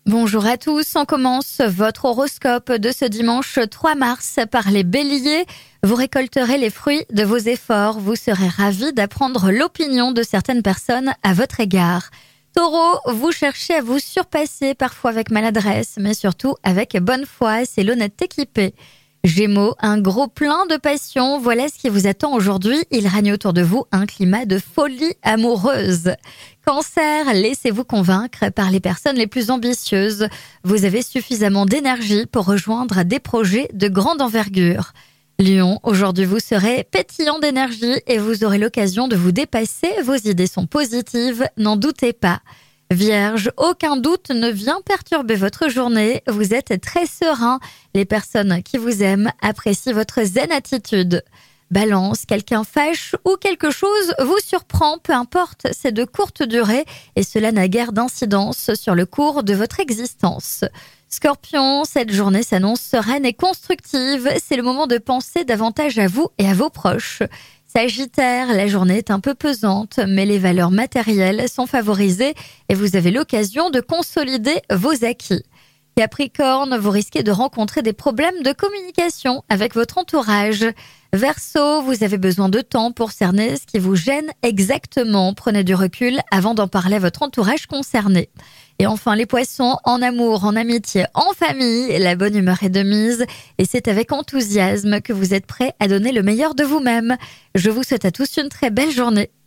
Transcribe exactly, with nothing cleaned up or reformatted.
Bonjour à tous, on commence votre horoscope de ce dimanche trois mars par les béliers. Vous récolterez les fruits de vos efforts, vous serez ravis d'apprendre l'opinion de certaines personnes à votre égard. Taureau, vous cherchez à vous surpasser parfois avec maladresse, mais surtout avec bonne foi, c'est l'honnêteté qui paie. Gémeaux, un gros plein de passion, voilà ce qui vous attend aujourd'hui. Il règne autour de vous un climat de folie amoureuse. Cancer, laissez-vous convaincre par les personnes les plus ambitieuses. Vous avez suffisamment d'énergie pour rejoindre des projets de grande envergure. Lion, aujourd'hui vous serez pétillant d'énergie et vous aurez l'occasion de vous dépasser. Vos idées sont positives, n'en doutez pas. Vierge, aucun doute ne vient perturber votre journée. Vous êtes très serein. Les personnes qui vous aiment apprécient votre zen attitude. Balance, quelqu'un fâche ou quelque chose vous surprend, peu importe, c'est de courte durée et cela n'a guère d'incidence sur le cours de votre existence. Scorpion, cette journée s'annonce sereine et constructive. C'est le moment de penser davantage à vous et à vos proches. Sagittaire, la journée est un peu pesante, mais les valeurs matérielles sont favorisées et vous avez l'occasion de consolider vos acquis. Capricorne, vous risquez de rencontrer des problèmes de communication avec votre entourage. Verseau, vous avez besoin de temps pour cerner ce qui vous gêne exactement. Prenez du recul avant d'en parler à votre entourage concerné. Et enfin, les poissons, en amour, en amitié, en famille, la bonne humeur est de mise et c'est avec enthousiasme que vous êtes prêts à donner le meilleur de vous-même. Je vous souhaite à tous une très belle journée.